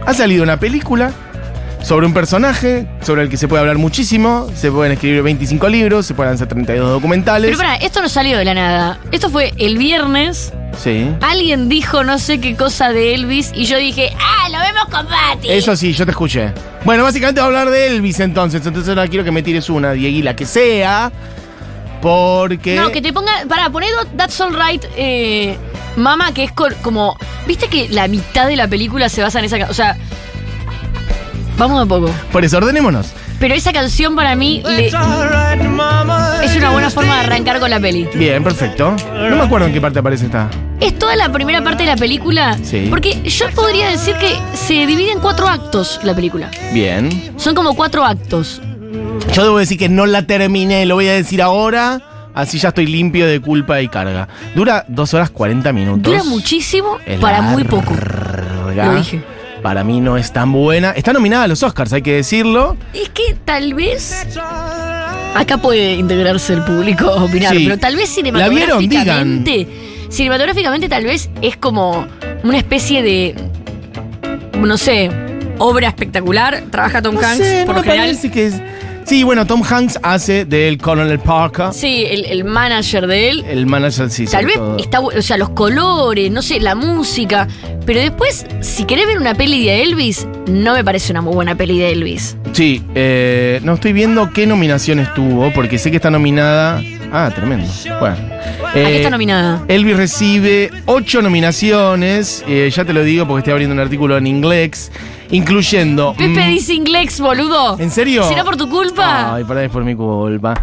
Ha salido una película sobre un personaje sobre el que se puede hablar muchísimo. Se pueden escribir 25 libros, se pueden hacer 32 documentales. Pero pará, esto no salió de la nada. Esto fue el viernes. Sí. Alguien dijo no sé qué cosa de Elvis y yo dije, lo vemos con Pati. Eso sí, yo te escuché. Bueno, básicamente va a hablar de Elvis entonces. Entonces ahora quiero que me tires una, Dieguila, que sea. Porque... No, que te ponga... Pará, poné That's Alright, Mama, que es como... ¿Viste que la mitad de la película se basa en esa... O sea... Vamos a poco. Por eso, ordenémonos. Pero esa canción para mí es una buena forma de arrancar con la peli. Bien, perfecto. No me acuerdo en qué parte aparece esta. Es toda la primera parte de la película. Sí. Porque yo podría decir que se divide en 4 actos la película. Bien. Son como 4 actos. Yo debo decir que no la terminé, lo voy a decir ahora. Así ya estoy limpio de culpa y carga. Dura 2 horas 40 minutos. Dura muchísimo Es para muy larga. poco. Lo dije. Para mí no es tan buena. Está nominada a los Oscars, hay que decirlo. Es que tal vez... Acá puede integrarse el público a opinar, Sí. pero tal vez ¿La vieron? cinematográficamente... Cinematográficamente tal vez es como una especie de... No sé, obra espectacular. Trabaja Tom Hanks, No por me lo general. parece que es... Sí, bueno, Tom Hanks hace del Colonel Parker. Sí, el manager de él. El manager, sí. Tal sobre vez todo. está, o sea, los colores, no sé, la música. Pero después, si querés ver una peli de Elvis, no me parece una muy buena peli de Elvis. Sí, no estoy viendo qué nominaciones tuvo, porque sé que está nominada... Ah, tremendo. Bueno. ¿A qué está nominada? Elvis recibe 8 nominaciones, ya te lo digo porque estoy abriendo un artículo en inglés, incluyendo... Pepe dice inglés, boludo. ¿En serio? ¿Será por tu culpa? Ay, pará, es por mi culpa.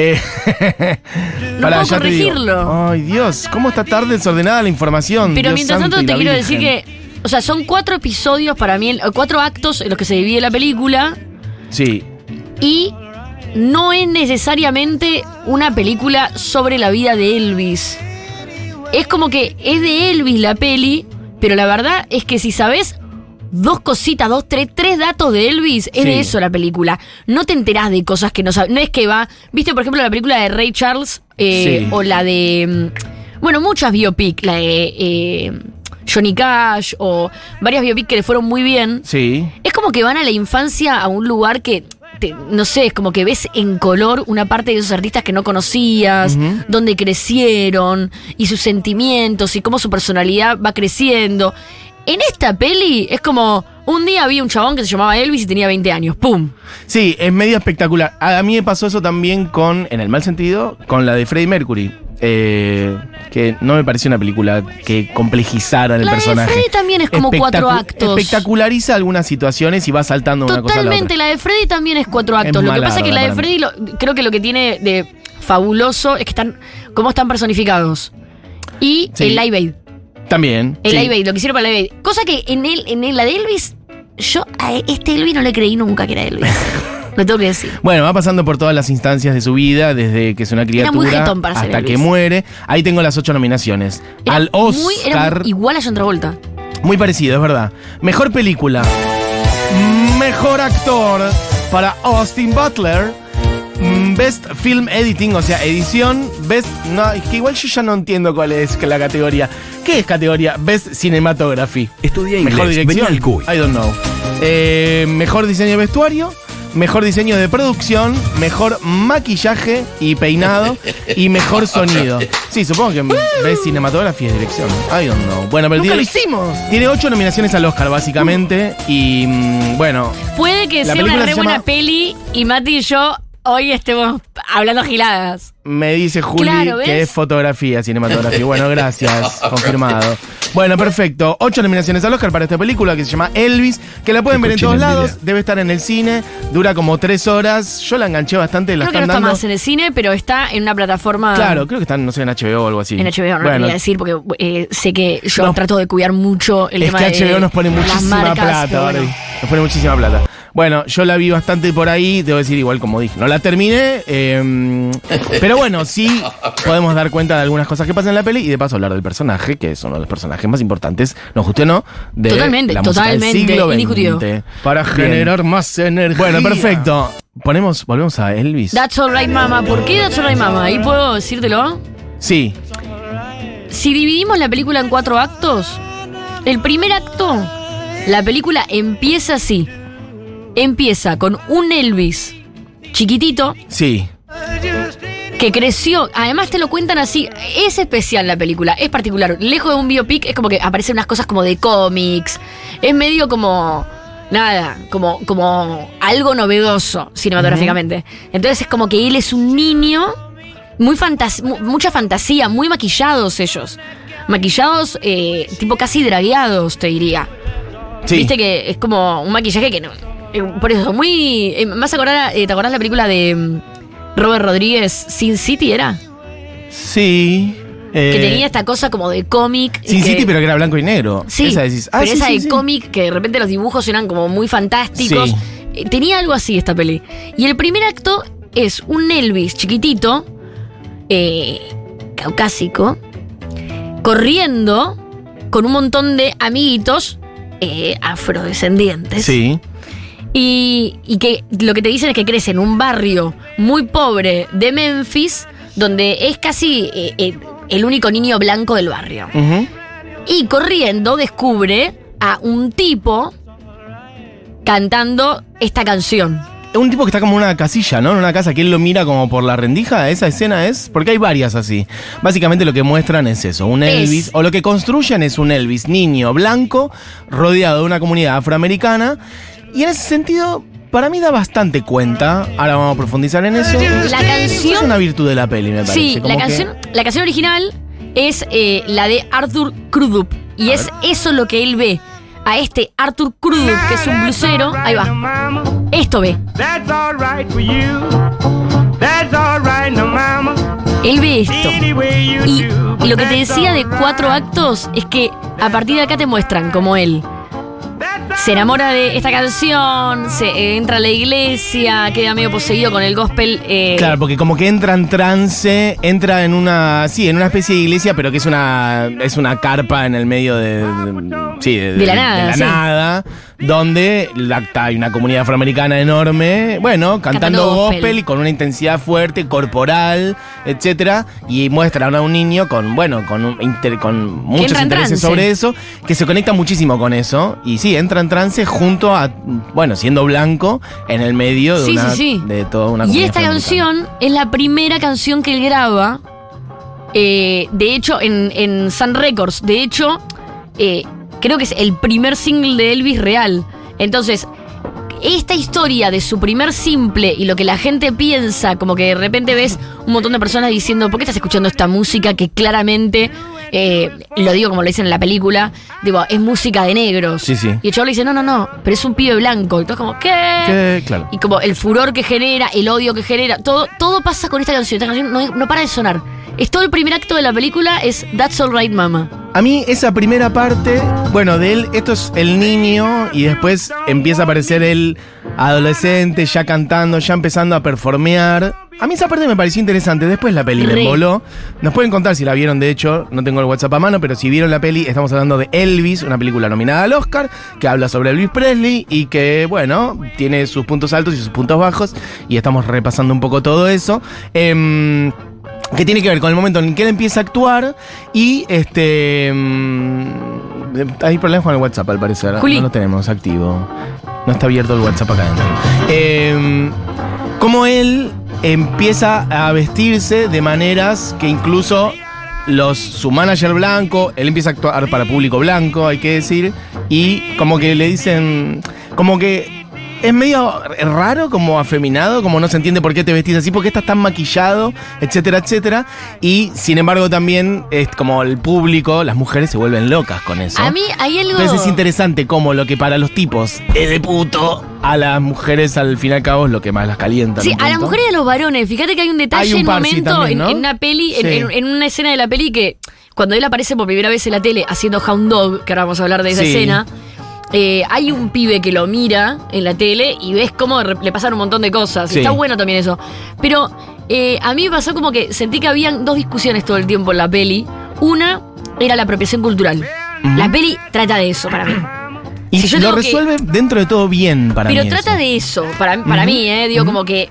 No Pará, puedo ya te digo. corregirlo. Ay, Dios, ¿cómo está tarde desordenada la información? Pero Dios mientras santo tanto y te la quiero decir Virgen. que... O sea, son 4 episodios para mí, 4 actos en los que se divide la película. Sí, Y no es necesariamente una película sobre la vida de Elvis. Es como que es de Elvis la peli, pero la verdad es que si sabes 2 cositas, 3 datos de Elvis, es Sí. de eso la película. No te enterás de cosas que no sabes. No es que va... ¿Viste, por ejemplo, la película de Ray Charles? Sí. O la de... Bueno, muchas biopic. La de Johnny Cash o varias biopic que le fueron muy bien. sí. Es como que van a la infancia a un lugar que, no sé, es como que ves en color una parte de esos artistas que no conocías, Ujú. dónde crecieron, y sus sentimientos, y cómo su personalidad va creciendo. En esta peli es como, un día vi un chabón que se llamaba Elvis y tenía 20 años, ¡pum! Sí, es medio espectacular. A mí me pasó eso también con, en el mal sentido, con la de Freddie Mercury. Que no me pareció una película que complejizara el La de personaje. Freddie también es como 4 actos. Espectaculariza algunas situaciones y va saltando de una cosa a la Totalmente, otra. la de Freddy también es 4 actos. Lo que pasa es que la de malarda para Freddy, creo que lo que tiene de fabuloso es que cómo están personificados. Y Sí. el Live Aid. También. El sí. Live Aid, lo que hicieron para el Live Aid. Cosa que en la de Elvis, yo a este Elvis no le creí nunca que era Elvis. Lo tengo que decir. Bueno, va pasando por todas las instancias de su vida, desde que es una Era muy criatura jetón para ser hasta que Elvis. muere. Ahí tengo las 8 nominaciones. Era Al era Oscar. igual a John Travolta. Muy parecido, es verdad. Mejor película. Mejor actor para Austin Butler. Best Film Editing, o sea, edición. Best... No, es que igual yo ya no entiendo cuál es la categoría. ¿Qué es categoría? Best Cinematography. Estudia Mejor inglés, vení dirección. al CUI. I don't know. Mejor diseño de vestuario. Mejor diseño de producción. Mejor maquillaje y peinado. Y mejor sonido. Sí, supongo que Best Cinematography es dirección. I don't know. Bueno, pero Nunca lo tiene, hicimos. tiene 8 nominaciones al Oscar, básicamente. Y bueno, Puede que La sea una película re se buena llama- peli y Mati y yo hoy estemos hablando giladas. me dice Juli Claro, ¿ves? que es fotografía, cinematografía. Bueno, gracias, confirmado. Bueno, perfecto. 8 nominaciones al Oscar para esta película que se llama Elvis, que la pueden ver en Escuchen todos el lados. video. Debe estar en el cine, dura como 3 horas. Yo la enganché bastante, la Creo que no están está dando. más en el cine, pero está en una plataforma. Claro, creo que están, no sé, en HBO o algo así. En HBO, no lo Bueno, quería decir porque sé que yo No. trato de cuidar mucho el es tema que de HBO nos pone las muchísima marcas, plata, pero bueno. Barbie. Nos pone muchísima plata. Bueno, yo la vi bastante por ahí, debo decir igual como dije. No la terminé, pero bueno, sí podemos dar cuenta de algunas cosas que pasan en la peli y de paso hablar del personaje, que es uno de los personajes más importantes, nos guste o no, de Totalmente, la música del totalmente, siglo indiscutido. XX. Para Bien. generar más energía. Bueno, perfecto. Volvemos a Elvis. That's Alright Mama. ¿Por qué That's Alright Mama? Ahí puedo decírtelo. Sí, Si dividimos la película en 4 actos, el primer acto La película empieza así. Empieza con un Elvis chiquitito. Sí. Que creció, además te lo cuentan así, es especial la película, es particular, lejos de un biopic, es como que aparecen unas cosas como de cómics, es medio como, nada, como algo novedoso cinematográficamente. Entonces es como que él es un niño, mucha fantasía, muy maquillados ellos, maquillados tipo casi dragueados, te diría. Sí. Viste que es como un maquillaje que no, por eso, muy, más acordar, ¿te acordás la película de Robert Rodríguez, Sin City era? Sí. Que tenía esta cosa como de cómic. Sin City, pero que era blanco y negro. Sí, esa decís. pero sí, esa sí, de cómic, que de repente los dibujos eran como muy fantásticos. Sí. Tenía algo así esta peli. Y el primer acto es un Elvis chiquitito, caucásico, corriendo con un montón de amiguitos afrodescendientes. Sí. Y que lo que te dicen es que crece en un barrio muy pobre de Memphis, donde es casi el único niño blanco del barrio. Uh-huh. Y corriendo descubre a un tipo cantando esta canción. Un tipo que está como en una casilla, ¿no? En una casa que él lo mira como por la rendija. ¿Esa escena es? Porque hay varias así. Básicamente lo que muestran es eso, un Elvis. O lo que construyen es un Elvis niño blanco rodeado de una comunidad afroamericana. Y en ese sentido, para mí da bastante cuenta. Ahora vamos a profundizar en eso. La canción es una virtud de la peli, me parece. Sí, la canción original es la de Arthur Crudup. Y es eso lo que él ve. A este Arthur Crudup, que es un blusero. Ahí va. Esto ve. Él ve esto. Y lo que te decía de 4 actos es que a partir de acá te muestran como él se enamora de esta canción, se entra a la iglesia, queda medio poseído con el gospel. Claro, porque como que entra en trance, entra en una especie de iglesia, pero que es una carpa en el medio de la nada, donde hay una comunidad afroamericana enorme, bueno, cantando gospel y con una intensidad fuerte, corporal, etcétera, y muestran a un niño con muchos intereses sobre eso, que se conecta muchísimo con eso, y sí, entra en trance junto a, siendo blanco, en el medio de toda una comunidad. Y esta canción es la primera canción que él graba, de hecho, en Sun Records. De hecho, creo que es el primer single de Elvis real. Entonces, esta historia de su primer simple y lo que la gente piensa, como que de repente ves un montón de personas diciendo, ¿por qué estás escuchando esta música que claramente, lo digo como lo dicen en la película, digo, es música de negros? Sí, sí. Y el chaval le dice, no, pero es un pibe blanco. Y todo es como, ¿qué? Claro. Y como el furor que genera, el odio que genera, todo pasa con esta canción. Esta canción no para de sonar. Es todo el primer acto de la película, es That's All Right Mama. A mí esa primera parte, de él, esto es el niño y después empieza a aparecer el adolescente ya cantando, ya empezando a performear. A mí esa parte me pareció interesante, después la peli me voló. Nos pueden contar si la vieron, de hecho, no tengo el WhatsApp a mano, pero si vieron la peli, estamos hablando de Elvis, una película nominada al Oscar, que habla sobre Elvis Presley y que, tiene sus puntos altos y sus puntos bajos, y estamos repasando un poco todo eso. Que tiene que ver con el momento en que él empieza a actuar y hay problemas con el WhatsApp, al parecer. Juli. No lo tenemos activo. No está abierto el WhatsApp acá adentro. Como él empieza a vestirse de maneras que incluso su manager blanco, él empieza a actuar para público blanco, hay que decir, y como que le dicen, como que es medio raro, como afeminado, como no se entiende por qué te vestís así, por qué estás tan maquillado, etcétera, etcétera. Y sin embargo también es como el público, las mujeres se vuelven locas con eso. A mí hay algo... Entonces es interesante como lo que para los tipos es de puto, a las mujeres al fin y al cabo es lo que más las calienta. Sí, a las mujeres y a los varones. Fíjate que hay un detalle en un momento, también, ¿no? en una peli, en una escena de la peli que cuando él aparece por primera vez en la tele haciendo Hound Dog, que ahora vamos a hablar de esa escena... hay un pibe que lo mira en la tele y ves cómo le pasan un montón de cosas. Sí. Está bueno también eso. Pero a mí me pasó como que sentí que habían 2 discusiones todo el tiempo en la peli. Una era la apropiación cultural. Uh-huh. La peli trata de eso para mí. Y si lo resuelve dentro de todo bien para mí. Pero trata de eso, para mí, digo, como que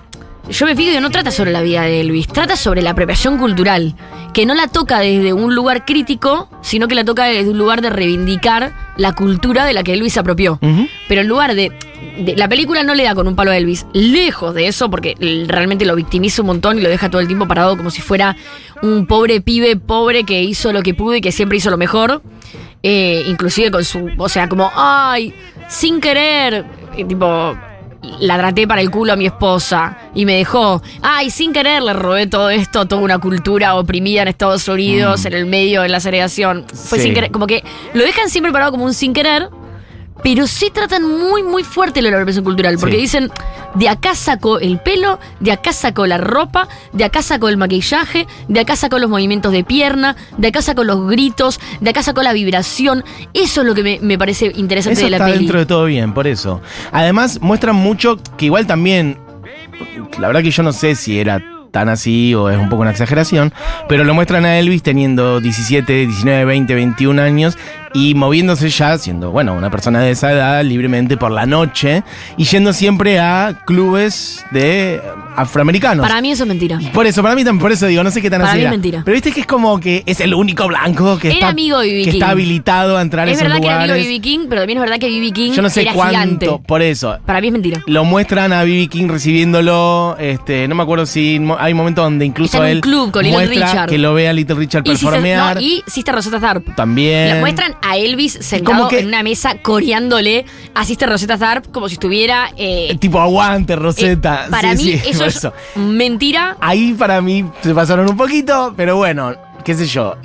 yo me fijo que no trata sobre la vida de Elvis, trata sobre la apropiación cultural, que no la toca desde un lugar crítico, sino que la toca desde un lugar de reivindicar la cultura de la que Elvis se apropió. Pero en lugar de la película no le da con un palo a Elvis, lejos de eso, porque realmente lo victimiza un montón y lo deja todo el tiempo parado como si fuera un pobre pibe pobre que hizo lo que pudo y que siempre hizo lo mejor. Inclusive con su, o sea, como, ay, sin querer, tipo, la traté para el culo a mi esposa y me dejó. Ay, sin querer le robé todo esto, toda una cultura oprimida en Estados Unidos, en el medio de la segregación. Fue sin querer, como que lo dejan siempre parado como un sin querer, pero sí tratan muy, muy fuerte la apropiación cultural, porque dicen, de acá sacó el pelo, de acá sacó la ropa, de acá sacó el maquillaje, de acá sacó los movimientos de pierna, de acá sacó los gritos, de acá sacó la vibración. Eso es lo que me parece interesante eso de la está peli. Dentro de todo bien, por eso. Además, muestran mucho que igual también, la verdad que yo no sé si era tan así o es un poco una exageración, pero lo muestran a Elvis teniendo 17, 19, 20, 21 años y moviéndose ya, siendo, bueno, una persona de esa edad, libremente por la noche y yendo siempre a clubes de afroamericanos. Para mí eso es mentira. Por eso, para mí también, por eso digo, no sé qué tan Para así mí es era. mentira. Pero viste que es como que es el único blanco que, Era está, amigo de B.B. que King. está habilitado a entrar a Es esos verdad que era amigo lugares. de B.B. King, pero también es verdad que B.B. King Yo no sé era cuánto, gigante. por eso. Para mí es mentira. Lo muestran a B.B. King recibiéndolo, no me acuerdo si hay momentos donde incluso Está en un él club con Little muestra Richard. que lo ve a Little Richard performear. Y Sister Rosetta Tharpe. También. Le muestran a Elvis sentado como que- en una mesa coreándole a Sister Rosetta Tharpe como si estuviera... Tipo, aguante, Rosetta. Para Sí, mí sí, eso por es mentira. Ahí para mí se pasaron un poquito, pero bueno, qué sé yo.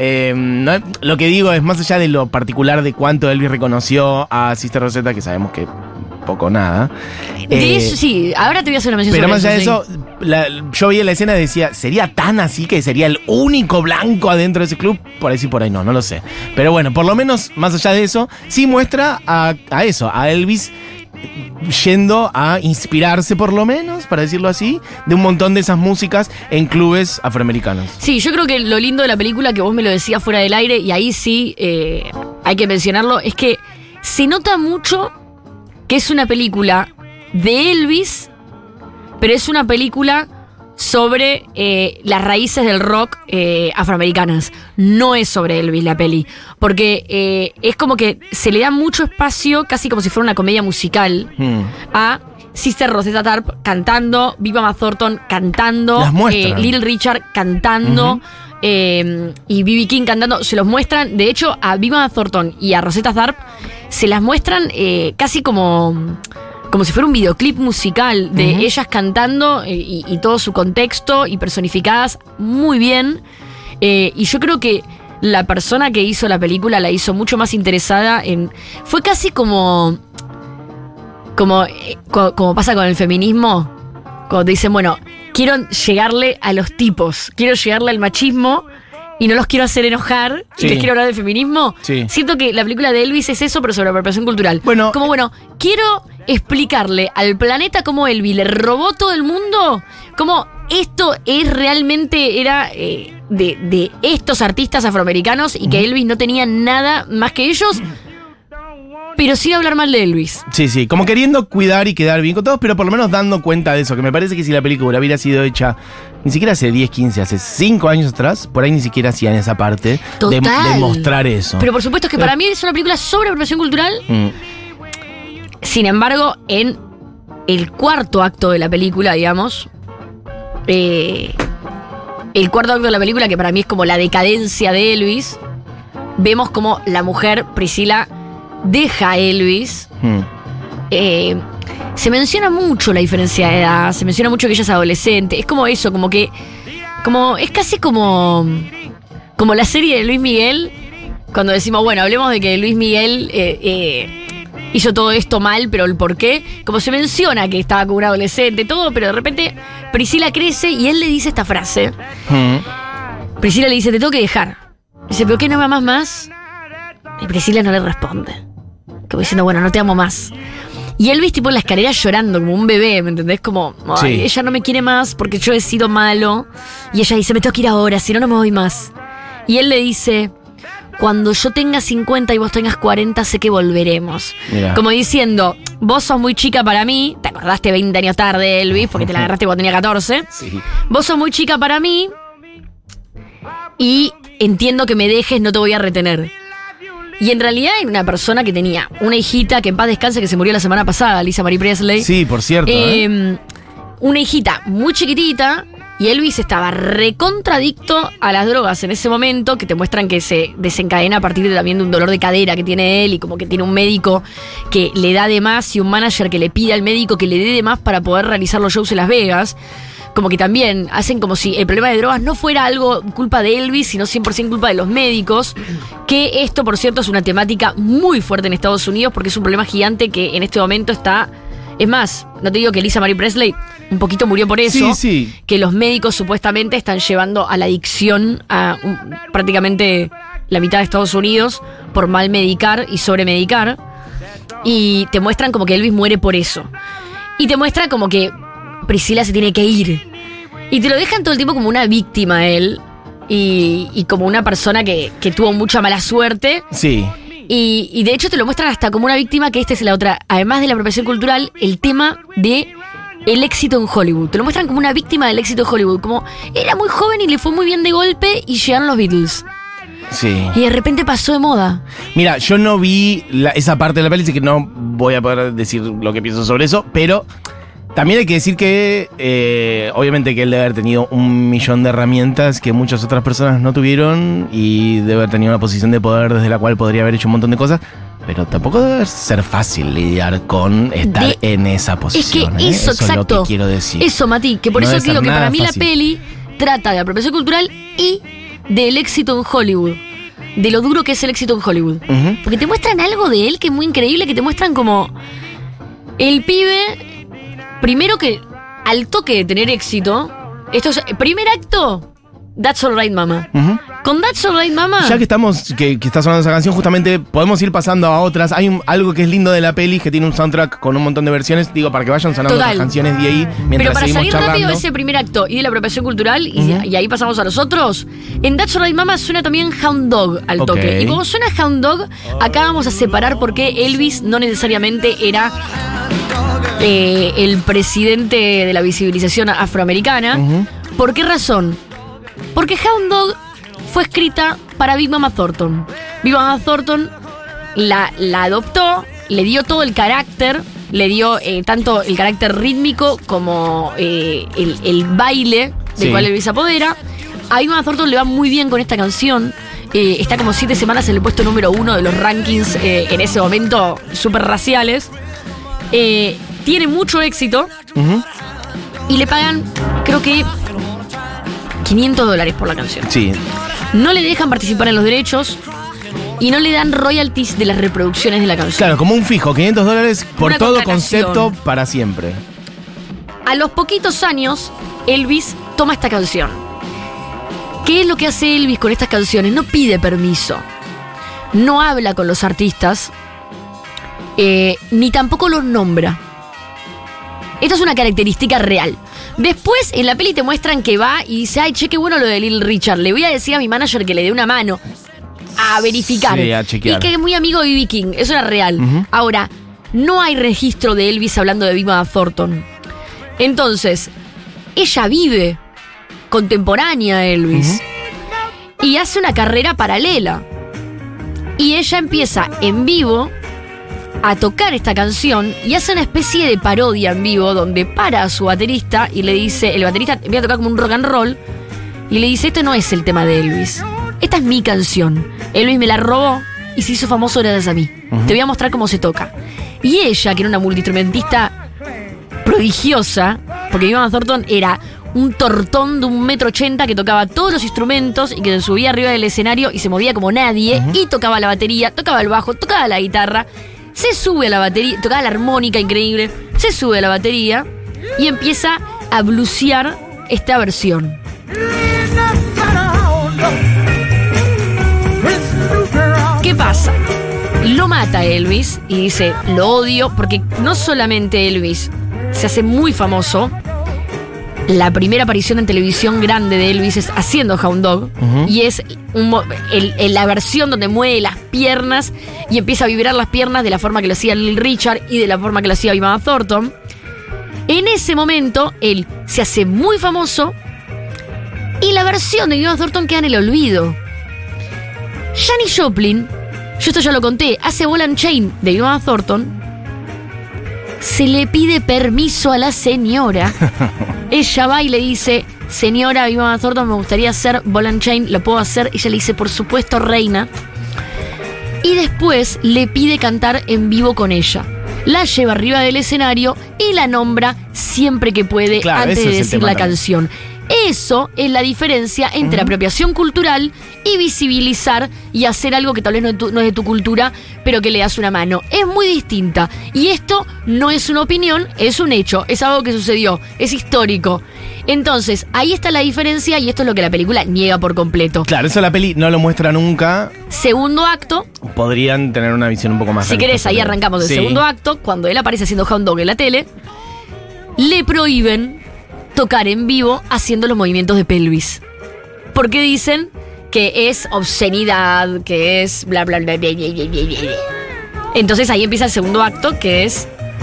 Lo que digo es más allá de lo particular de cuánto Elvis reconoció a Sister Rosetta, que sabemos que poco o nada. De eso, sí, ahora te voy a hacer una mención Pero sobre más allá de eso. eso, yo veía la escena y decía, ¿sería tan así que sería el único blanco adentro de ese club? Por ahí sí, por ahí no lo sé. Pero bueno, por lo menos, más allá de eso, sí muestra a eso, a Elvis yendo a inspirarse, por lo menos, para decirlo así, de un montón de esas músicas en clubes afroamericanos. Sí, yo creo que lo lindo de la película, que vos me lo decías fuera del aire, y ahí sí hay que mencionarlo, es que se nota mucho que es una película de Elvis, pero es una película sobre las raíces del rock afroamericanas. No es sobre Elvis la peli, porque es como que se le da mucho espacio, casi como si fuera una comedia musical, a Sister Rosetta Tharpe cantando, Viva Thornton cantando, Las muestran. Little Richard cantando, y B.B. King cantando. Se los muestran, de hecho, a Viva Thornton y a Rosetta Tharpe se las muestran casi como si fuera un videoclip musical de ellas cantando y todo su contexto y personificadas muy bien. Y yo creo que la persona que hizo la película la hizo mucho más interesada en... Fue casi como pasa con el feminismo, cuando te dicen, bueno, quiero llegarle a los tipos, quiero llegarle al machismo y no los quiero hacer enojar Sí. y les quiero hablar de feminismo. Sí. Siento que la película de Elvis es eso, pero sobre la apropiación cultural. Bueno, Quiero explicarle al planeta cómo Elvis le robó todo el mundo, cómo esto es realmente era de estos artistas afroamericanos y que Elvis no tenía nada más que ellos, pero sí hablar mal de Elvis. Sí, como queriendo cuidar y quedar bien con todos, pero por lo menos dando cuenta de eso, que me parece que si la película hubiera sido hecha ni siquiera hace 10, 15, hace 5 años atrás, por ahí ni siquiera hacían esa parte de Total. mostrar eso. Pero por supuesto que para mí es una película sobre apropiación cultural. Sin embargo, en el cuarto acto de la película, digamos, el cuarto acto de la película, que para mí es como la decadencia de Elvis, vemos como la mujer, Priscilla, deja a Elvis. Se menciona mucho la diferencia de edad, se menciona mucho que ella es adolescente. Es como eso, es casi como la serie de Luis Miguel, cuando decimos, bueno, hablemos de que Luis Miguel hizo todo esto mal, pero el por qué, como se menciona que estaba con un adolescente, todo, pero de repente Priscilla crece y él le dice esta frase. Priscilla le dice, te tengo que dejar. Dice, ¿pero qué no me amas más? Y Priscilla no le responde, como diciendo, bueno, no te amo más. Y Elvis tipo en la escalera llorando como un bebé, ¿me entendés? Como, ay, Sí. ella no me quiere más porque yo he sido malo. Y ella dice, me tengo que ir ahora, si no, no me voy más. Y él le dice, cuando yo tenga 50 y vos tengas 40, sé que volveremos. Mirá. Como diciendo, vos sos muy chica para mí, te acordaste 20 años tarde, Elvis, porque te la agarraste cuando tenía 14. Sí. Vos sos muy chica para mí y entiendo que me dejes, no te voy a retener. Y en realidad era una persona que tenía una hijita, que en paz descanse, que se murió la semana pasada, Lisa Marie Presley. Sí, por cierto. Una hijita muy chiquitita. Y Elvis estaba recontradicto a las drogas en ese momento, que te muestran que se desencadena a partir también de un dolor de cadera que tiene él, y como que tiene un médico que le da de más y un manager que le pide al médico que le dé de más para poder realizar los shows en Las Vegas. Como que también hacen como si el problema de drogas no fuera algo culpa de Elvis, sino 100% culpa de los médicos. Que esto, por cierto, es una temática muy fuerte en Estados Unidos, porque es un problema gigante que en este momento está... Es más, no te digo que Lisa Marie Presley un poquito murió por eso. Sí. Que los médicos supuestamente están llevando a la adicción a prácticamente la mitad de Estados Unidos por mal medicar y sobremedicar. Y te muestran como que Elvis muere por eso. Y te muestra como que Priscilla se tiene que ir. Y te lo dejan todo el tiempo como una víctima él. Y como una persona que tuvo mucha mala suerte. Sí. Y de hecho te lo muestran hasta como una víctima, que esta es la otra, además de la apropiación cultural, el tema de el éxito en Hollywood. Te lo muestran como una víctima del éxito en Hollywood, como era muy joven y le fue muy bien de golpe y llegaron los Beatles. Sí. Y de repente pasó de moda. Mira, yo no vi esa parte de la peli, así que no voy a poder decir lo que pienso sobre eso, pero también hay que decir que obviamente que él debe haber tenido 1.000.000 de herramientas que muchas otras personas no tuvieron, y debe haber tenido una posición de poder desde la cual podría haber hecho un montón de cosas, pero tampoco debe ser fácil lidiar con estar en esa posición. Es que eso, eso exacto. Es lo que quiero decir. Eso, Mati, que por No eso debe digo ser que para nada mí fácil. la peli trata de apropiación cultural y del éxito en Hollywood. De lo duro que es el éxito en Hollywood. Ujú. Porque te muestran algo de él que es muy increíble, que te muestran como el pibe, primero que al toque de tener éxito, esto es primer acto, That's Alright Mama. Ujú. Con That's Alright Mama. Ya que estamos, que está sonando esa canción, justamente podemos ir pasando a otras. Hay algo que es lindo de la peli, que tiene un soundtrack con un montón de versiones, digo, para que vayan sonando Total. las canciones de ahí mientras Pero para seguimos salir charlando. rápido de ese primer acto y de la apropiación cultural, y ahí pasamos a los otros, en That's Alright Mama suena también Hound Dog al toque. Ok. Y como suena Hound Dog, acá vamos a separar por qué Elvis no necesariamente era el presidente de la visibilización afroamericana. Ujú. ¿Por qué razón? Porque Hound Dog fue escrita para Big Mama Thornton. Big Mama Thornton la adoptó, le dio todo el carácter, le dio tanto el carácter rítmico como el baile del Sí. cual Elvis se apodera. A Big Mama Thornton le va muy bien con esta canción. Está como 7 semanas en el puesto número 1 de los rankings en ese momento súper raciales. Tiene mucho éxito. Ujú. Y le pagan, creo que, $500 por la canción. Sí. No le dejan participar en los derechos y no le dan royalties de las reproducciones de la canción. Claro, como un fijo, $500 por Una todo contratación. concepto para siempre. A los poquitos años, Elvis toma esta canción. ¿Qué es lo que hace Elvis con estas canciones? No pide permiso. No habla con los artistas. Ni tampoco los nombra. Esto es una característica real. Después en la peli te muestran que va y dice, ay, che, qué bueno lo de Little Richard. Le voy a decir a mi manager que le dé una mano a verificar. Sí, a chequear. Y que es muy amigo de B.B. King. Eso era real. Ujú. Ahora, no hay registro de Elvis hablando de Big Mama Thornton. Entonces, ella vive contemporánea a Elvis. Y hace una carrera paralela. Y ella empieza en vivo a tocar esta canción y hace una especie de parodia en vivo donde para a su baterista y le dice, el baterista empieza a tocar como un rock and roll y le dice, este no es el tema de Elvis, esta es mi canción, Elvis me la robó y se hizo famoso gracias a mí, te voy a mostrar cómo se toca. Y ella, que era una multiinstrumentista prodigiosa, porque Big Mama Thornton era un tortón de 1,80 m que tocaba todos los instrumentos y que se subía arriba del escenario y se movía como nadie, y tocaba la batería, tocaba el bajo, tocaba la guitarra, se sube a la batería, tocaba la armónica increíble, se sube a la batería y empieza a blusear esta versión. ¿Qué pasa? Lo mata Elvis y dice, lo odio, porque no solamente Elvis se hace muy famoso, la primera aparición en televisión grande de Elvis es haciendo Hound Dog. Y es la versión donde mueve las piernas y empieza a vibrar las piernas de la forma que lo hacía Little Richard y de la forma que lo hacía Viva Thornton. En ese momento, él se hace muy famoso y la versión de Viva Thornton queda en el olvido. Janis Joplin, yo esto ya lo conté, hace Ball and Chain de Viva Thornton. Se le pide permiso a la señora. Ella va y le dice: señora Viva Thornton, me gustaría hacer Ball and Chain, ¿lo puedo hacer? Ella le dice: por supuesto, reina. Y después le pide cantar en vivo con ella. La lleva arriba del escenario y la nombra siempre que puede, claro, antes de decir la canción. Eso es la diferencia entre apropiación cultural y visibilizar y hacer algo que tal vez no es de tu cultura, pero que le das una mano. Es muy distinta. Y esto no es una opinión, es un hecho, es algo que sucedió, es histórico. Entonces, ahí está la diferencia y esto es lo que la película niega por completo. Claro, eso la peli no lo muestra nunca. Segundo acto. Podrían tener una visión un poco más. Si querés, ahí arrancamos del segundo acto, cuando él aparece haciendo Hound Dog en la tele, le prohíben tocar en vivo haciendo los movimientos de pelvis. Porque dicen que es obscenidad, que es bla bla bla bla bla bla bla. Entonces ahí empieza el segundo acto, que es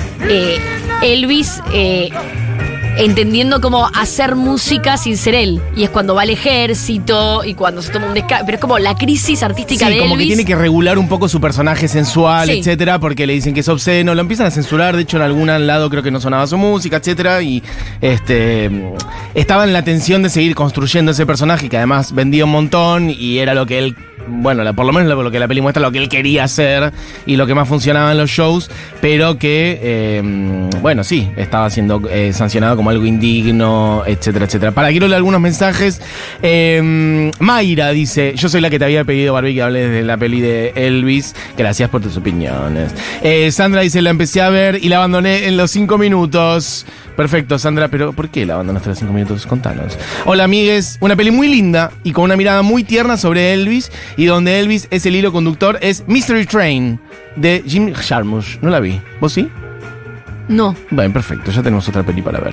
Elvis entendiendo cómo hacer música sin ser él. Y es cuando va al ejército y cuando se toma un descanso. Pero es como la crisis artística de Elvis. Sí, como que tiene que regular un poco su personaje sensual, etcétera, porque le dicen que es obsceno. Lo empiezan a censurar. De hecho, en algún lado creo que no sonaba su música, etcétera. Y estaba en la tensión de seguir construyendo ese personaje, que además vendía un montón y era lo que él... Bueno, por lo menos lo que la peli muestra, lo que él quería hacer y lo que más funcionaba en los shows, pero que, bueno, sí, estaba siendo sancionado como algo indigno, etcétera, etcétera. Quiero leer algunos mensajes. Mayra dice: yo soy la que te había pedido, Barbie, que hables de la peli de Elvis. Gracias por tus opiniones. Sandra dice: la empecé a ver y la abandoné en los 5 minutos. Perfecto, Sandra, pero ¿por qué la abandonaste a los 5 minutos? Contanos. Hola, amigues. Una peli muy linda y con una mirada muy tierna sobre Elvis, y donde Elvis es el hilo conductor, es Mystery Train, de Jim Jarmusch. No la vi. ¿Vos sí? No. Bueno, perfecto, ya tenemos otra peli para ver.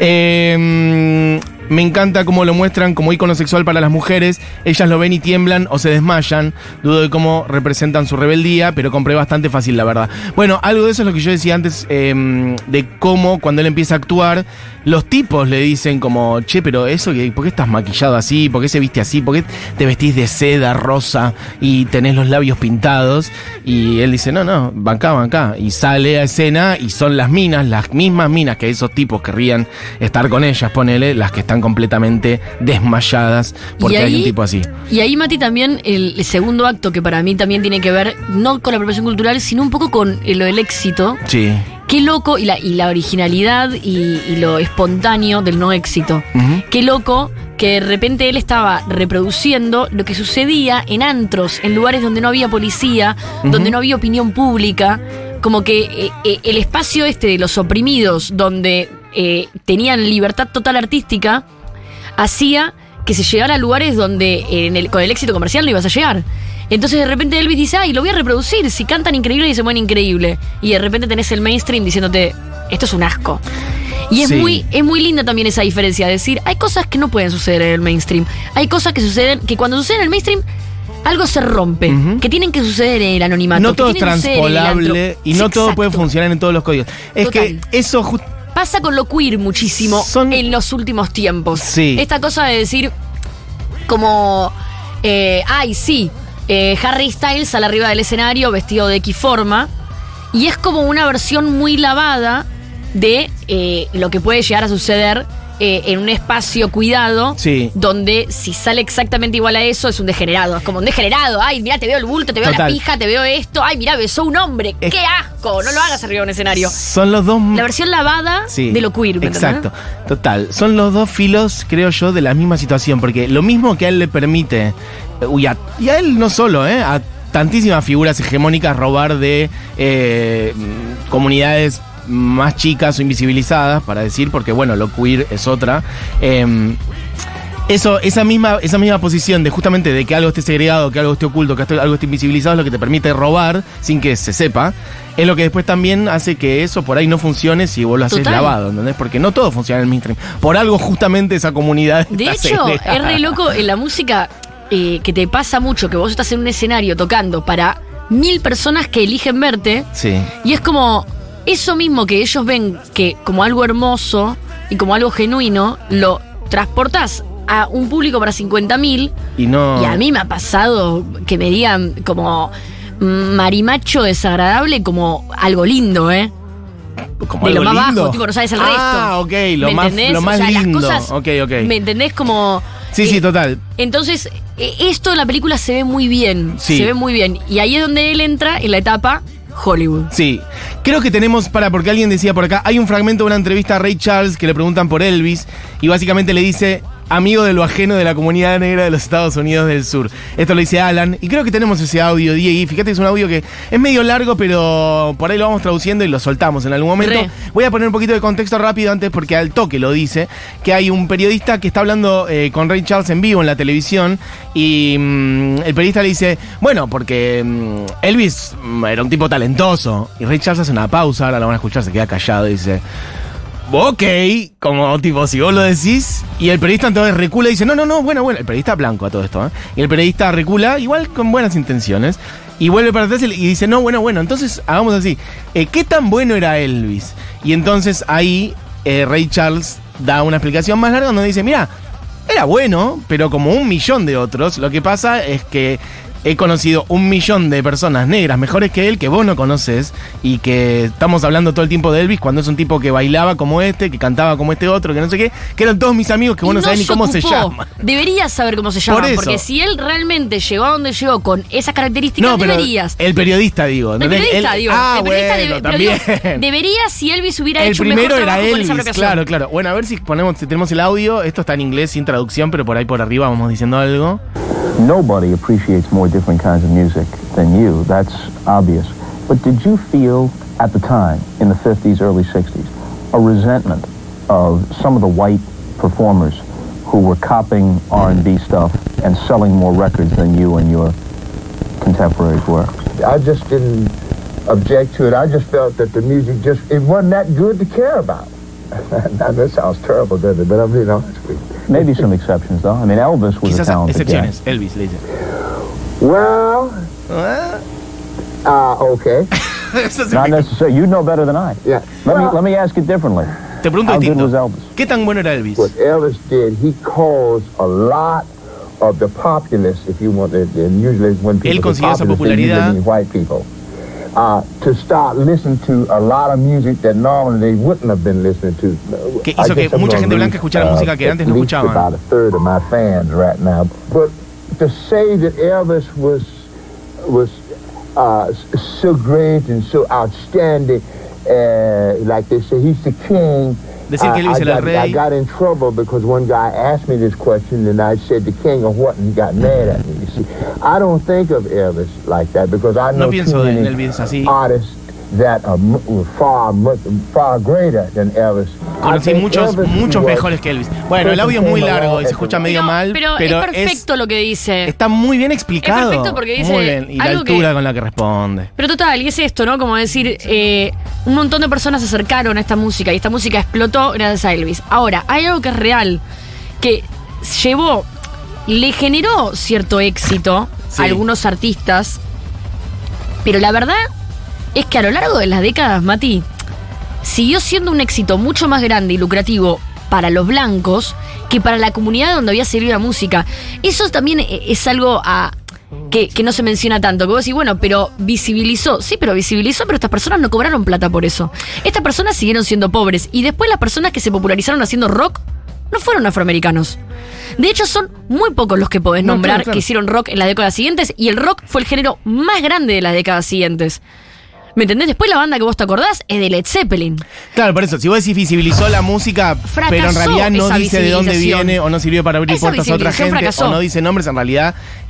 Me encanta cómo lo muestran como ícono sexual para las mujeres. Ellas lo ven y tiemblan o se desmayan. Dudo de cómo representan su rebeldía, pero compré bastante fácil, la verdad. Bueno, algo de eso es lo que yo decía antes, de cómo cuando él empieza a actuar, los tipos le dicen como: che, pero eso, ¿por qué estás maquillado así? ¿Por qué se viste así? ¿Por qué te vestís de seda rosa y tenés los labios pintados? Y él dice: no, bancá. Y sale a escena y son las mismas minas que esos tipos querrían estar con ellas, ponele, las que están completamente desmayadas porque hay un tipo así. Y ahí, Mati, también el segundo acto, que para mí también tiene que ver no con la apropiación cultural, sino un poco con lo del éxito. Sí. Qué loco, y la originalidad y lo espontáneo del no éxito. Qué loco que de repente él estaba reproduciendo lo que sucedía en antros, en lugares donde no había policía, donde no había opinión pública. Como que el espacio de los oprimidos, donde tenían libertad total artística, hacía que se llegara a lugares donde con el éxito comercial no ibas a llegar. Entonces de repente Elvis dice: ay, lo voy a reproducir, si cantan increíble y se mueven increíble. Y de repente tenés el mainstream diciéndote: esto es un asco. Y es muy linda también esa diferencia, de decir, hay cosas que no pueden suceder en el mainstream. Hay cosas que suceden, que cuando suceden en el mainstream, algo se rompe, que tienen que suceder en el anonimato. No todo es transpolable y no todo puede funcionar en todos los códigos. Es que eso pasa con lo queer muchísimo en los últimos tiempos. Sí. Esta cosa de decir como, Harry Styles sale arriba del escenario vestido de X forma, y es como una versión muy lavada de lo que puede llegar a suceder en un espacio cuidado, donde si sale exactamente igual a eso, es un degenerado. Es como un degenerado. Ay, mira, te veo el bulto, te veo la pija, te veo esto. Ay, mira, besó un hombre. ¡Qué asco! No lo hagas arriba de un escenario. Son los dos... La versión lavada de lo queer. Exacto. Total. Son los dos filos, creo yo, de la misma situación. Porque lo mismo que a él le permite... y a él no solo, a tantísimas figuras hegemónicas robar de comunidades más chicas o invisibilizadas, para decir, porque bueno, lo queer es otra. esa misma posición de justamente de que algo esté segregado, que algo esté oculto, que algo esté invisibilizado, es lo que te permite robar sin que se sepa, es lo que después también hace que eso por ahí no funcione si vos lo haces lavado, ¿entendés? Porque no todo funciona en el mainstream. Por algo justamente esa comunidad de está hecho, segregada. es re loco en la música que te pasa mucho, que vos estás en un escenario tocando para 1000 personas que eligen verte, Sí. y es como eso mismo que ellos ven que como algo hermoso y como algo genuino, lo transportás a un público para 50.000. Y no. Y a mí me ha pasado que me digan como marimacho desagradable como algo lindo, ¿eh? Como de algo lo más lindo. bajo, tipo, no sabes el resto. Ah, ok, lo ¿Me más entendés? lindo. O sea, las cosas, Ok. ¿me entendés? Como... Sí, total. Entonces, esto en la película se ve muy bien. Sí. Se ve muy bien. Y ahí es donde él entra en la etapa Hollywood. Sí, creo que tenemos, porque alguien decía por acá, hay un fragmento de una entrevista a Ray Charles que le preguntan por Elvis y básicamente le dice, amigo de lo ajeno de la comunidad negra de los Estados Unidos del Sur. Esto lo dice Alan y creo que tenemos ese audio, Diego. Fíjate que es un audio que es medio largo, pero por ahí lo vamos traduciendo y lo soltamos en algún momento. Voy a poner un poquito de contexto rápido antes porque al toque lo dice, que hay un periodista que está hablando con Ray Charles en vivo en la televisión y el periodista le dice, bueno, porque Elvis era un tipo talentoso. Y Ray Charles hace una pausa, ahora lo van a escuchar, se queda callado y dice... Ok, como tipo, si vos lo decís. Y el periodista entonces recula y dice, no, bueno. El periodista blanco a todo esto, ¿eh? Y el periodista recula, igual con buenas intenciones. Y vuelve para atrás y dice, no, bueno, entonces hagamos así. ¿Qué tan bueno era Elvis? Y entonces ahí Ray Charles da una explicación más larga donde dice, mira, era bueno, pero como 1.000.000 de otros. Lo que pasa es que he conocido 1.000.000 de personas negras mejores que él, que vos no conoces, y que estamos hablando todo el tiempo de Elvis, cuando es un tipo que bailaba como este, que cantaba como este otro, que no sé qué, que eran todos mis amigos que vos no sabés ni cómo se llaman. Deberías saber cómo se llaman, porque si él realmente llegó a donde llegó con esas características, deberías. El periodista, digo. El periodista, digo. Ah, bueno, también. Deberías si Elvis hubiera el hecho un mejor primero era trabajo Elvis, con esa apropiación. claro. Bueno, a ver si tenemos el audio. Esto está en inglés sin traducción, pero por ahí por arriba vamos diciendo algo. Nobody appreciates more different kinds of music than you. That's obvious. But did you feel at the time, in the 50s, early 60s, a resentment of some of the white performers who were copying R&B stuff and selling more records than you and your contemporaries were? I just didn't object to it. I just felt that the music it wasn't that good to care about. Now, that sounds terrible, doesn't it? But I'm being honest with you. Maybe some exceptions, though. I mean, Elvis was Quizás a talented guy. excepciones, Elvis le dice. Well, okay. Not necessarily. You know better than I. Yeah. Let me ask it differently. Te pregunto How good was distinto. Elvis? ¿Qué tan bueno era Elvis? What Elvis did, he caused a lot of the populace, if you want, and usually when people Él consiguió esa popularidad. white people, to start listening to a lot of music that normally they wouldn't have been listening to. Que hizo que mucha gente blanca escuchara música que antes no escuchaban. About a third of my fans right now. But to say that Elvis was so great and so outstanding, like they say, he's the king. Decir que Elvis era el rey. I got in trouble because one guy asked me this question and I said the king of what, and he got mad at me. You see, I don't think of Elvis like that because I know too many artists that are far greater than Elvis. Conocí muchos mejores que Elvis. Bueno, el audio es muy largo y se escucha medio mal, pero es perfecto lo que dice. Está muy bien explicado. Es perfecto porque dice muy bien. Y la altura con la que responde. Pero total, y es esto, ¿no? Como decir, un montón de personas se acercaron a esta música y esta música explotó gracias a Elvis. Ahora, hay algo que es real, que le generó cierto éxito a algunos artistas, pero la verdad es que a lo largo de las décadas, Mati, siguió siendo un éxito mucho más grande y lucrativo para los blancos que para la comunidad donde había salido la música. Eso también es algo que no se menciona tanto. Que vos decís, bueno, pero visibilizó. Sí, pero visibilizó, pero estas personas no cobraron plata por eso. Estas personas siguieron siendo pobres. Y después las personas que se popularizaron haciendo rock no fueron afroamericanos. De hecho, son muy pocos los que podés nombrar que hicieron rock en las décadas siguientes. Y el rock fue el género más grande de las décadas siguientes. ¿Me entendés? Después la banda que vos te acordás es de Led Zeppelin. Claro, por eso, si vos decís visibilizó la música, pero en realidad no dice de dónde viene o no sirvió para abrir puertas a otra gente, o no dice nombres, en realidad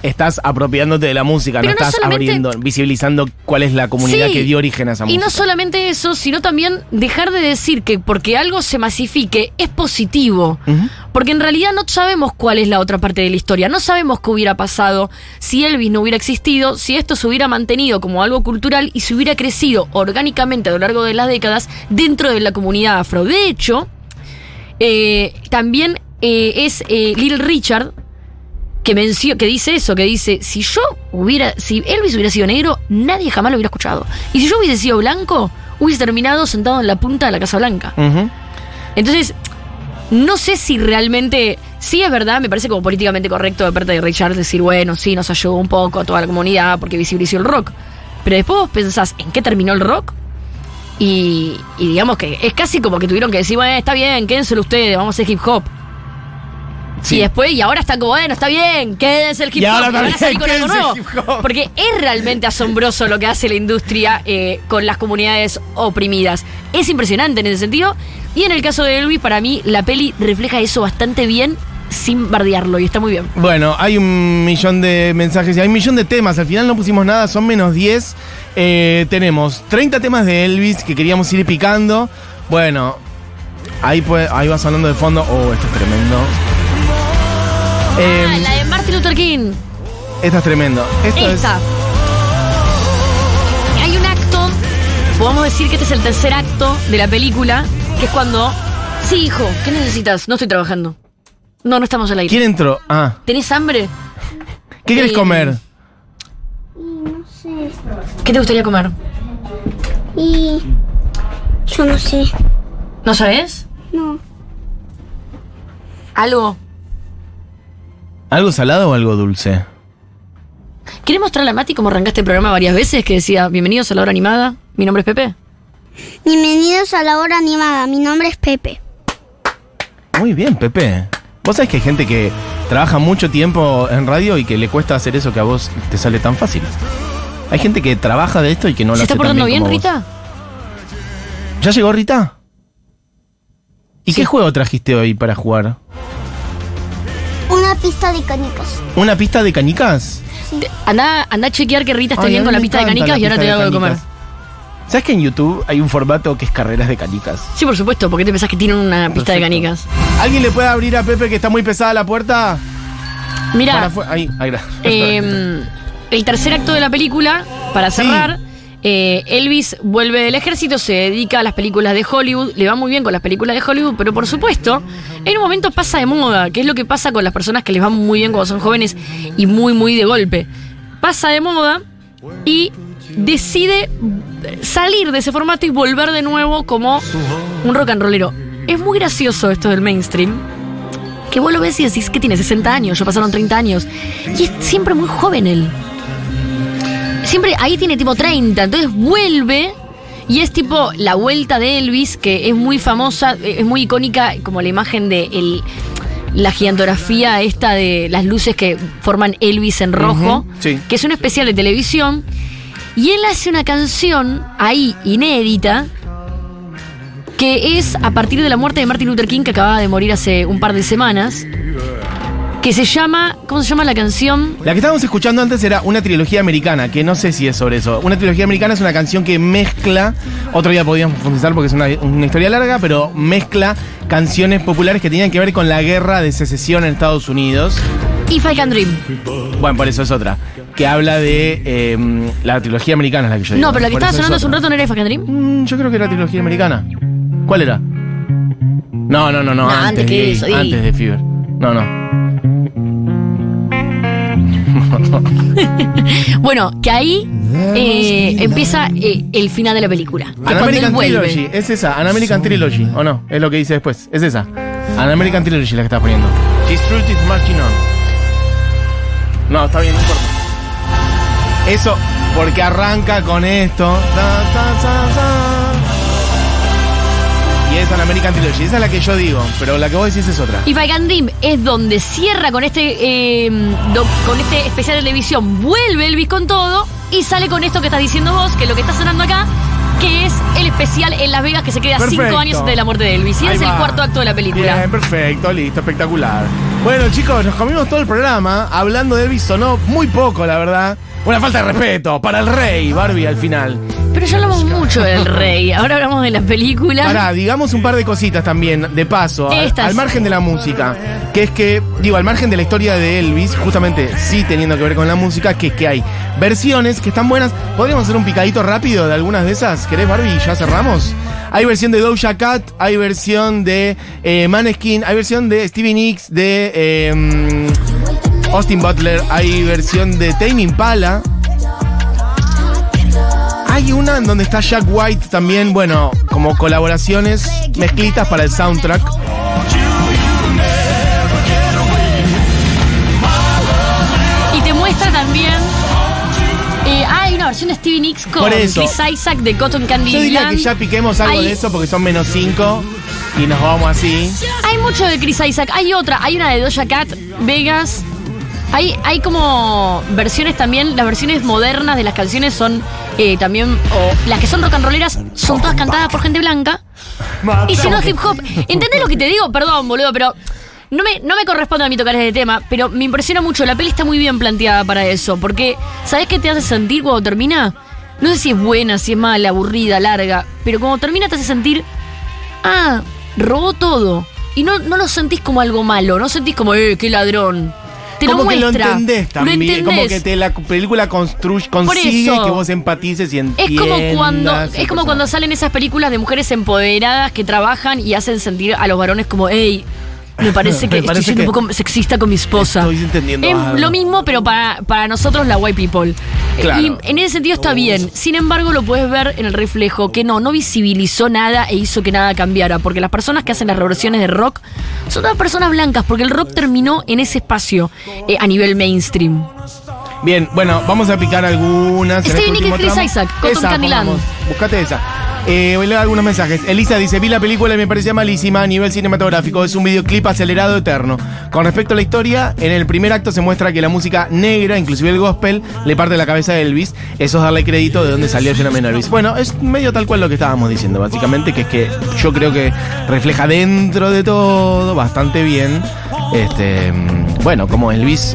estás apropiándote de la música, pero no estás abriendo, visibilizando cuál es la comunidad que dio origen a esa música. Y no solamente eso, sino también dejar de decir que porque algo se masifique es positivo. Porque en realidad no sabemos cuál es la otra parte de la historia. No sabemos qué hubiera pasado si Elvis no hubiera existido, si esto se hubiera mantenido como algo cultural y se hubiera crecido orgánicamente a lo largo de las décadas dentro de la comunidad afro. De hecho, también es Little Richard que dice eso, que dice, si Elvis hubiera sido negro, nadie jamás lo hubiera escuchado. Y si yo hubiese sido blanco, hubiese terminado sentado en la punta de la Casa Blanca. Entonces, no sé si realmente, sí es verdad, me parece como políticamente correcto de parte de Richard decir, bueno, sí, nos ayudó un poco a toda la comunidad porque visibilizó el rock. Pero después vos pensás en qué terminó el rock y digamos que es casi como que tuvieron que decir, bueno, está bien, quédenselo ustedes, vamos a hacer hip hop. Sí. Y ahora está como, bueno, está bien, quédense el hip hop. Y ahora van a salir con algo nuevo. Porque es realmente asombroso lo que hace la industria con las comunidades oprimidas. Es impresionante en ese sentido. Y en el caso de Elvis, para mí, la peli refleja eso bastante bien, sin bardearlo, y está muy bien. Bueno, hay 1.000.000 de mensajes y hay 1.000.000 de temas. Al final no pusimos nada, son menos 10. Tenemos 30 temas de Elvis que queríamos ir picando. Bueno, ahí va sonando de fondo. Oh, esto es tremendo. La de Martin Luther King. Esta es tremendo. Esta. Hay un acto, podemos decir que este es el tercer acto de la película, que es cuando... Sí, hijo, ¿qué necesitas? No estoy trabajando. No estamos al aire. ¿Quién entró? ¿Tenés hambre? ¿Qué querés comer? No sé. ¿Qué te gustaría comer? Yo no sé. ¿No sabés? No. ¿Algo? ¿Algo salado o algo dulce? ¿Querés mostrarle a Mati cómo arrancaste el programa varias veces? Que decía, bienvenidos a la hora animada, mi nombre es Pepe. Bienvenidos a la hora animada, mi nombre es Pepe. Muy bien, Pepe. Vos sabés que hay gente que trabaja mucho tiempo en radio y que le cuesta hacer eso que a vos te sale tan fácil. Hay gente que trabaja de esto y que no lo hace tan bien. ¿Se está portando bien, Rita? ¿Ya llegó Rita? ¿Y qué juego trajiste hoy para jugar? Una pista de canicas. ¿Una pista de canicas? Sí. Anda a chequear que Rita esté bien con la pista de canicas y ahora te hago de comer. ¿Sabes que en YouTube hay un formato que es carreras de canicas? Sí, por supuesto, porque te pensás que tienen una pista de canicas. ¿Alguien le puede abrir a Pepe que está muy pesada la puerta? Mira, ahí, gracias. El tercer acto de la película, para cerrar, Elvis vuelve del ejército, se dedica a las películas de Hollywood, le va muy bien con las películas de Hollywood, pero por supuesto, en un momento pasa de moda, que es lo que pasa con las personas que les va muy bien cuando son jóvenes y muy, muy de golpe. Pasa de moda y decide salir de ese formato y volver de nuevo como un rock and rollero. Es muy gracioso esto del mainstream, que vos lo ves y decís que tiene 60 años, ya pasaron 30 años, y es siempre muy joven él. Siempre ahí tiene tipo 30, entonces vuelve y es tipo la vuelta de Elvis, que es muy famosa, es muy icónica, como la imagen de la gigantografía esta de las luces que forman Elvis en rojo, que es un especial de televisión, y él hace una canción ahí inédita, que es a partir de la muerte de Martin Luther King, que acababa de morir hace un par de semanas, que se llama... ¿Cómo se llama la canción? La que estábamos escuchando antes era Una trilogía americana, que no sé si es sobre eso. Una trilogía americana es una canción que mezcla... Otro día podríamos profundizar porque es una historia larga, pero mezcla canciones populares que tenían que ver con la guerra de secesión en Estados Unidos. If I Can Dream. Bueno, por eso es otra. Que habla de... la trilogía americana es la que yo digo. No, pero la que estaba sonando hace un rato no era If I Can Dream. Yo creo que era trilogía americana. ¿Cuál era? No, antes que eso. Antes de Fever. No. Bueno, que ahí empieza el final de la pelíula. An American Trilogy, es esa, An American Trilogy, ¿o no? Es lo que dice después, es esa. An American Trilogy la que estás poniendo. His Truth is Marching On. No, está bien, no importa. Eso, porque arranca con esto. Y es An American Trilogy, esa es la que yo digo, pero la que vos decís es otra. If I Can Dream es donde cierra con este especial de televisión, vuelve Elvis con todo y sale con esto que estás diciendo vos, que es lo que está sonando acá, que es el especial en Las Vegas que se queda 5 años antes de la muerte de Elvis. Y es el cuarto acto de la película. Bien, perfecto, listo, espectacular. Bueno, chicos, nos comimos todo el programa hablando de Elvis. Sonó muy poco, la verdad. Una falta de respeto para el rey, Barbie, al final. Pero ya hablamos mucho del rey. Ahora hablamos de la película. Pará, digamos un par de cositas también, de paso, al margen de la música. Que es que, al margen de la historia de Elvis, justamente sí teniendo que ver con la música, que es que hay versiones que están buenas. ¿Podríamos hacer un picadito rápido de algunas de esas? ¿Querés, Barbie? ¿Ya cerramos? Hay versión de Doja Cat, hay versión de Maneskin, hay versión de Stevie Nicks, de Austin Butler, hay versión de Tame Impala. Hay una en donde está Jack White también, bueno, como colaboraciones mezclitas para el soundtrack. Y te muestra también... hay una versión de Stevie Nicks con Chris Isaac de Cotton Candy. Yo diría que ya piquemos algo de eso porque son -5 y nos vamos así. Hay mucho de Chris Isaac. Hay una de Doja Cat, Vegas. Hay como versiones también, las versiones modernas de las canciones son también, o las que son rock and rolleras, son todas cantadas por gente blanca. Y si no es hip hop, ¿entendés lo que te digo? Perdón, boludo, pero no me corresponde a mí tocar ese tema, pero me impresiona mucho, la peli está muy bien planteada para eso, porque ¿sabés qué te hace sentir cuando termina? No sé si es buena, si es mala, aburrida, larga, pero cuando termina te hace sentir, robó todo. Y no lo sentís como algo malo, no sentís como, qué ladrón. Te como lo que muestra, lo entendés también, como que la película consigue que vos empatices y entiendas. Es como cuando salen esas películas de mujeres empoderadas que trabajan y hacen sentir a los varones como, me parece que estoy siendo un poco sexista con mi esposa. Estoy entendiendo algo. Lo mismo, pero para nosotros, la white people. Claro. Y en ese sentido está bien. Sin embargo, lo puedes ver en el reflejo que no visibilizó nada e hizo que nada cambiara. Porque las personas que hacen las reversiones de rock son todas personas blancas, porque el rock terminó en ese espacio a nivel mainstream. Bien, bueno, vamos a picar algunas. Stevie Nicks y Chris Isaac, Cotton Candyland. Buscate esa. Voy a leer algunos mensajes. Elisa dice, vi la película y me parecía malísima a nivel cinematográfico. Es un videoclip acelerado eterno. Con respecto a la historia, en el primer acto se muestra que la música negra, inclusive el gospel, le parte la cabeza a Elvis. Eso es darle crédito de dónde salió Jonathan Elvis. Bueno, es medio tal cual lo que estábamos diciendo, básicamente, que es que yo creo que refleja dentro de todo bastante bien, bueno, como Elvis,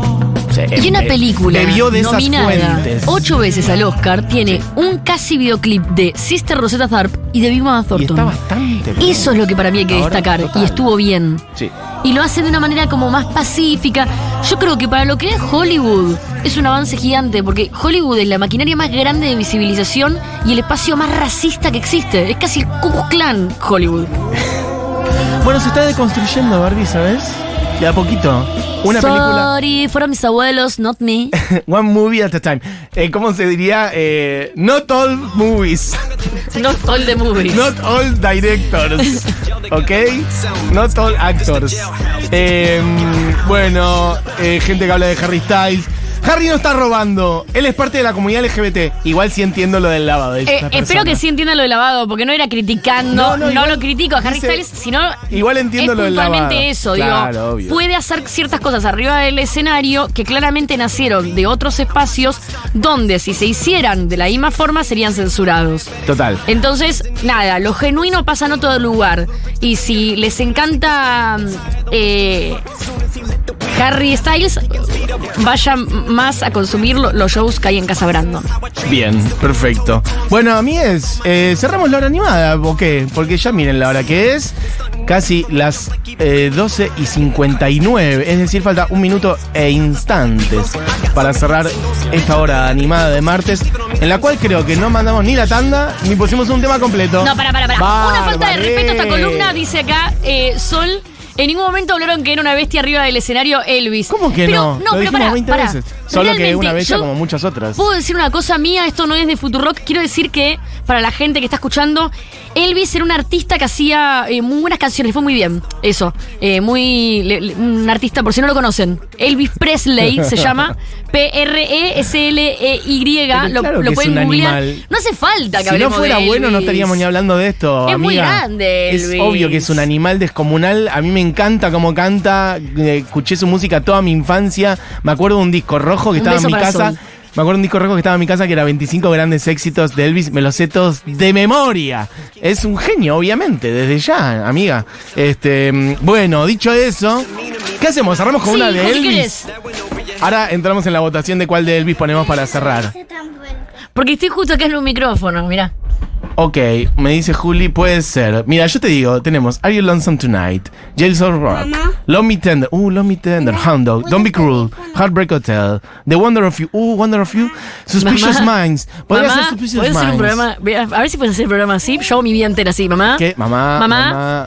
y una película bebió de nominada esas fuentes. 8 veces al Oscar, tiene un casi videoclip de Sister Rosetta Tharpe y de Big Mama Thornton. Y está bastante bien. Eso es lo que para mí hay que destacar. Total. Y estuvo bien. Sí. Y lo hace de una manera como más pacífica. Yo creo que para lo que es Hollywood es un avance gigante, porque Hollywood es la maquinaria más grande de visibilización y el espacio más racista que existe. Es casi el Ku Klux Klan Hollywood. Bueno, se está deconstruyendo, Barbie, ¿sabes? De a poquito. Una película. Sorry, fueron mis abuelos, not me. One movie at a time. ¿Cómo se diría? Not all movies. Not all the movies. Not all directors. ¿Ok? Not all actors. Bueno, gente que habla de Harry Styles. Harry no está robando. Él es parte de la comunidad LGBT. Igual sí entiendo lo del lavado. Espero que sí entienda lo del lavado, porque no era criticando. No lo critico a Harry Styles, sino. Igual entiendo lo del lavado. Puntualmente eso, claro, digo. Puede hacer ciertas cosas arriba del escenario que claramente nacieron de otros espacios donde, si se hicieran de la misma forma, serían censurados. Total. Entonces, nada, lo genuino pasa en otro lugar. Y si les encanta Harry Styles, vayan más a consumir los shows que hay en Casa Brandon. Bien, perfecto. Bueno, a mí cerramos la hora animada, ¿o qué? Porque ya miren la hora que es, casi las 12:59, es decir, falta 1 minuto e instantes para cerrar esta hora animada de martes, en la cual creo que no mandamos ni la tanda, ni pusimos un tema completo. No, para. Una falta de respeto a esta columna, dice acá, Sol. En ningún momento hablaron que era una bestia arriba del escenario Elvis. ¿Cómo que no? No, lo pero 20 veces. Solo que una bestia como muchas otras. Puedo decir una cosa mía, esto no es de Futurock. Quiero decir que, para la gente que está escuchando, Elvis era un artista que hacía muy buenas canciones, fue muy bien. Eso. Un artista, por si no lo conocen. Elvis Presley se llama. Presley. Claro lo pueden googlear. Animal. No hace falta que si hablemos no fuera de bueno, no estaríamos ni hablando de esto. Es amiga. muy grande, Elvis. Es obvio que es un animal descomunal. A mí me encanta cómo canta. Escuché su música toda mi infancia. Me acuerdo de un disco rojo que estaba en mi casa. Me acuerdo de un disco rojo que estaba en mi casa que era 25 grandes éxitos de Elvis. Me los sé todos de memoria. Es un genio, obviamente, desde ya, amiga. Bueno, dicho eso, ¿Qué hacemos? ¿Cerramos con una de Elvis? ¿Querés? Ahora entramos en la votación de cuál de Elvis ponemos para cerrar. Porque estoy justo acá en un micrófono, mirá. Ok, me dice Juli, puede ser. Mira, yo te digo, tenemos Are You Lonesome Tonight, Jails of Rock, Love Me Tender, Hound Dog, Don't Be Cruel, Heartbreak Hotel, The Wonder of You, Wonder of You, Suspicious Minds. Podría ser Suspicious Minds. Hacer un programa, a ver si puedes hacer el programa así. Yo hago mi vida entera así, mamá. ¿Qué? Mamá.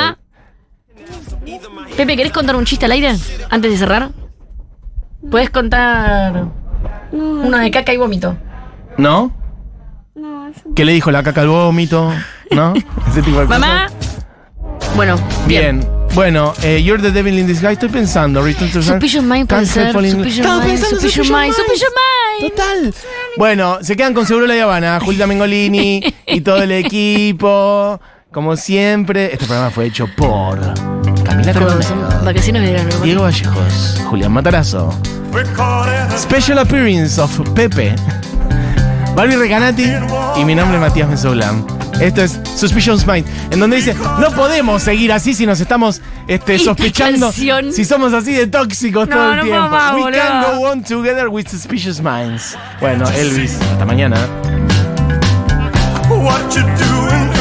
Pepe, ¿querés contar un chiste al aire antes de cerrar? ¿Puedes contar uno de caca y vómito? ¿No? ¿Qué le dijo la caca al vómito? ¿No? Ese tipo de mamá. Cosas. Bueno, bien. Bueno, You're the Devil in Disguise. Estoy pensando. Suspicious Mind puede ser. Suspicious Mind. Total. Bueno, se quedan con Seguro La Habana, Julieta Mengolini y todo el equipo. Como siempre, este programa fue hecho por Camila Coronel, Vacaciones de verano, Diego Vallejos, Julián Matarazo. Special appearance of Pepe, Barbie Recanati y mi nombre es Matías Mesoulán. Esto es Suspicious Mind, en donde dice, no podemos seguir así si nos estamos sospechando, si somos así de tóxicos todo el tiempo. We can go on together with Suspicious Minds. Bueno, Elvis, hasta mañana. What you doing?